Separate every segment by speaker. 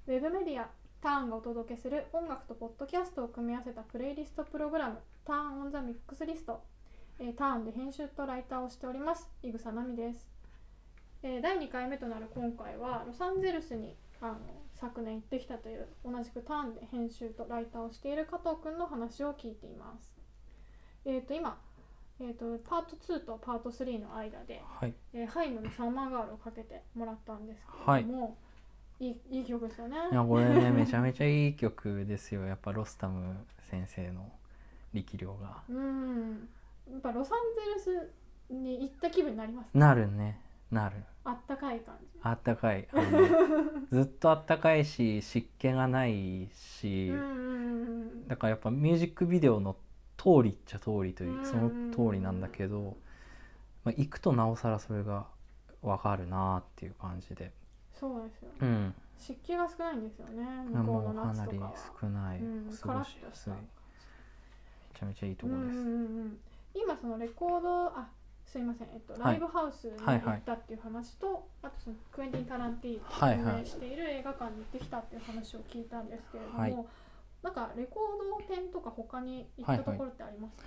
Speaker 1: ウェブメディアターンがお届けする音楽とポッドキャストを組み合わせたプレイリストプログラムターンオンザミックスリスト、ターンで編集とライターをしております井草奈美です。第2回目となる今回はロサンゼルスに昨年行ってきたという同じくターンで編集とライターをしている加藤くんの話を聞いています。今、パート2とパート3の間で、
Speaker 2: はい、
Speaker 1: ハイムのサーマーガールをかけてもらったんですけれども、いい曲ですよね。
Speaker 2: いやこれねめちゃめちゃいい曲ですよ。やっぱロスタム先生の力量が
Speaker 1: やっぱロサンゼルスに行った気分になりますね。
Speaker 2: なるね。なる。
Speaker 1: あったかい感じ。
Speaker 2: あったかい、ずっとあったかいし湿気がないし、だからやっぱミュージックビデオの通りっちゃ通りという、その通りなんだけど、行くとなおさらそれが分かるなっていう感じで。
Speaker 1: そうですよね、湿気が少ないんですよね向こうの夏とかは。
Speaker 2: もうかなり少ない、過ごしやすい、めちゃめちゃいいところです。
Speaker 1: 今そのレコードすいません、ライブハウスに行ったっていう話と、あとそのクエンティン・タランティーノが運営している映画館に行ってきたっていう話を聞いたんですけれども、なんかレコード店とか他に行ったところってありますか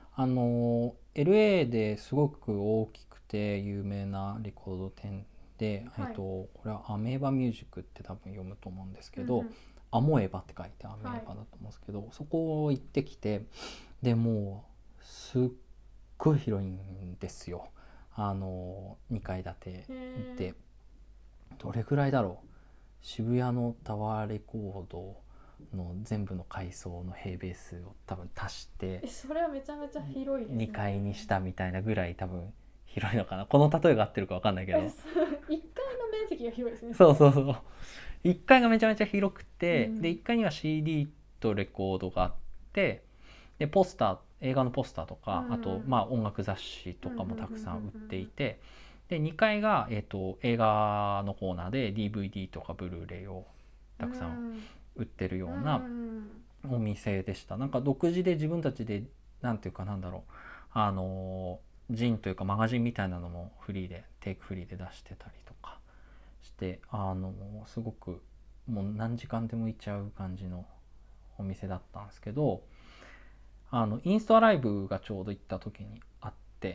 Speaker 2: ？LA ですごく大きくて有名なレコード店で、これはアメーバミュージックって多分読むと思うんですけど、アモエバって書いてアメーバだと思うんですけど、そこ行ってきて、でもうすっごい広いんですよ。2階建てで、どれぐらいだろう、渋谷のタワーレコードの全部の階層の平米数を多分足して
Speaker 1: それはめちゃめちゃ広いですね。
Speaker 2: 2階にしたみたいなぐらい多分広いのかな。この例えが合ってるか分かんないけど、1
Speaker 1: 階の面積が広いですね。
Speaker 2: そう1階がめちゃめちゃ広くて、で1階には CD とレコードがあって、でポスター、映画のポスターとか、あと音楽雑誌とかもたくさん売っていて、で2階が、映画のコーナーで DVD とかブルーレイをたくさん売ってるようなお店でした。なんか独自で自分たちでなんていうか、なんだろう、ジンというかマガジンみたいなのもフリーでテイクフリーで出してたりとかして、すごくもう何時間でも行っちゃう感じのお店だったんですけど、インストアライブがちょうど行った時にあって、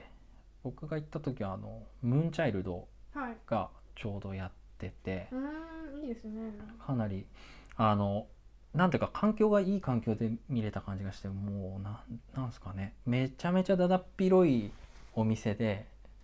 Speaker 2: 僕が行った時はムーンチャイルドがちょうどやってて、
Speaker 1: いいですね。
Speaker 2: かなりなんていうか環境がいい環境で見れた感じがして、もうなんすかね、めちゃめちゃだだっ広いお店で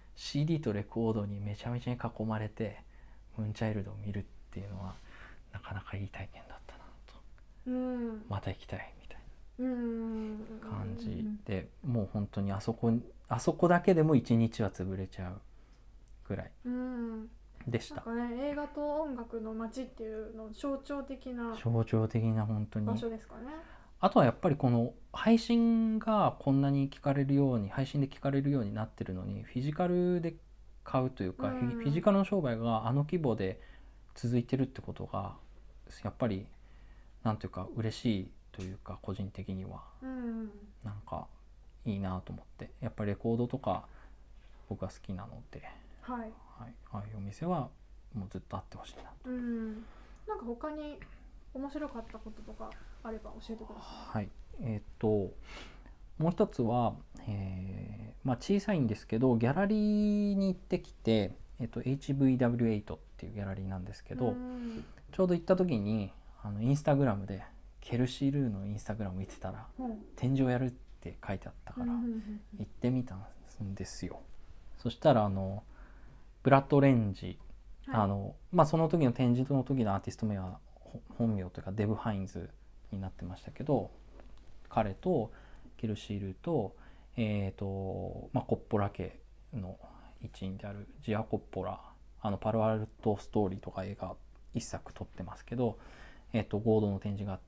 Speaker 2: CD とレコードにめちゃめちゃに囲まれてムーンチャイルドを見るっていうのはなかなかいい体験だったなと、また行きたいみたいな感じで、もう本当にあそこだけでも一日は潰れちゃうぐらいでした。
Speaker 1: なんかね、映画と音楽の街っていうの象徴的な
Speaker 2: 本当に
Speaker 1: 場所ですかね。
Speaker 2: あとはやっぱりこの配信がこんなに聞かれるように、配信で聞かれるようになってるのに、フィジカルで買うというか、フィジカルの商売が規模で続いてるってことがやっぱりなんていうか嬉しいというか、個人的にはなんかいいなと思って、やっぱりレコードとか僕が好きなので、ああいうお店はもうずっとあってほしいなと。
Speaker 1: なんか他に面白かったこととかあれば教えてください。
Speaker 2: もう一つは、小さいんですけどギャラリーに行ってきて、HVW8 っていうギャラリーなんですけど、ちょうど行った時にインスタグラムでケルシー・ルーのインスタグラム見てたら、展示をやるって書いてあったから行ってみたんですよ。そしたらブラッド・レンジ、その時の展示の時のアーティスト名は本名というかデブ・ハインズになってましたけど、彼とケルシー・ルーと、コッポラ家の一員であるジア・コッポラ、パルアルト・ストーリーとか映画一作撮ってますけど、合同の展示があって、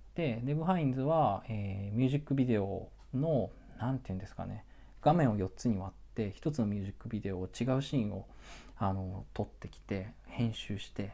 Speaker 2: デブ・ハインズは、ミュージックビデオのなんていうんですかね、画面を4つに割って1つのミュージックビデオを違うシーンを撮ってきて編集して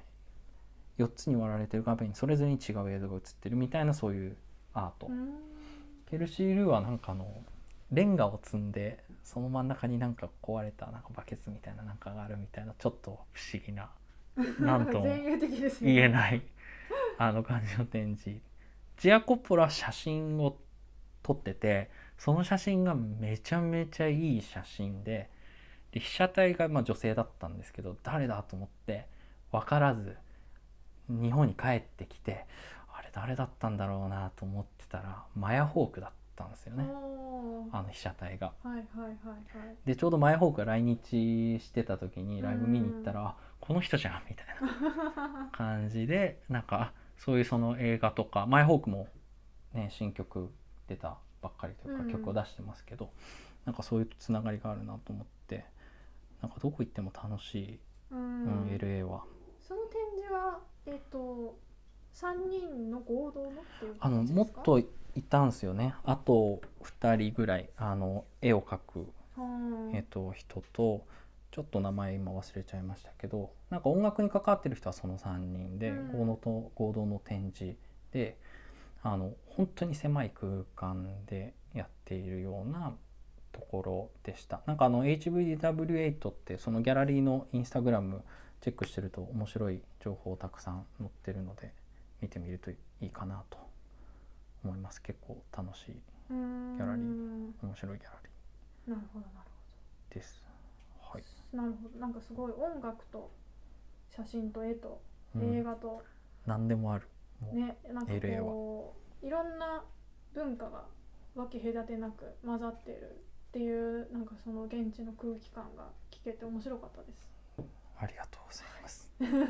Speaker 2: 4つに割られてる画面にそれぞれに違う映像が映ってるみたいな、そういうアート。ケルシー・ルーはなんかレンガを積んでその真ん中になんか壊れたなんかバケツみたいななんかがあるみたいな、ちょっと不思議ななんとも言えない感じの展示。ジアコッポラは写真を撮ってて、その写真がめちゃめちゃいい写真で、被写体が女性だったんですけど、誰だと思って分からず日本に帰ってきて、あれ誰だったんだろうなと思ってたらマヤホークだったんですよね、被写体が。でちょうどマヤホークが来日してた時にライブ見に行ったら、この人じゃんみたいな感じで、なんかそういうその映画とか、マヤホークもね新曲出たばっかりというか曲を出してますけど、なんかそういうつながりがあるなと思って、なんかどこ行っても楽しい、LA は。
Speaker 1: その展示は3人の合同のっていう感じですか？
Speaker 2: もっといたんですよね。あと2人ぐらい絵を描く、人と、ちょっと名前今忘れちゃいましたけど、なんか音楽に関わってる人はその3人で、合同の展示で、本当に狭い空間でやっているようなところでした。なんかHVW8 ってそのギャラリーのインスタグラムチェックしてると面白い情報たくさん載ってるので見てみるといいかなと思います。結構楽しいギャラリー、面白いギャラリー。
Speaker 1: なるほど
Speaker 2: です。はい。
Speaker 1: なるほど。なんかすごい音楽と写真と絵と映画と、
Speaker 2: 何でもある。
Speaker 1: ね、なんかこういろんな文化が分け隔てなく混ざってるっていう、なんかその現地の空気感が聞けて面白かったです。
Speaker 2: ありがとうございます。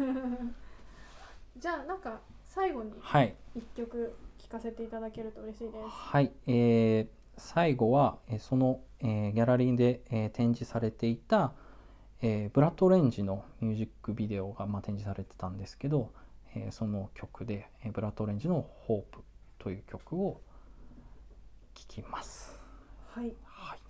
Speaker 1: じゃあなんか最後に一曲聴かせていただけると嬉しいです。
Speaker 2: はい、最後はその、ギャラリーで、展示されていた、ブラッド・オレンジのミュージックビデオが、展示されてたんですけど、その曲で、ブラッド・オレンジの「ホープ」という曲を聴きます。
Speaker 1: はい、
Speaker 2: はい。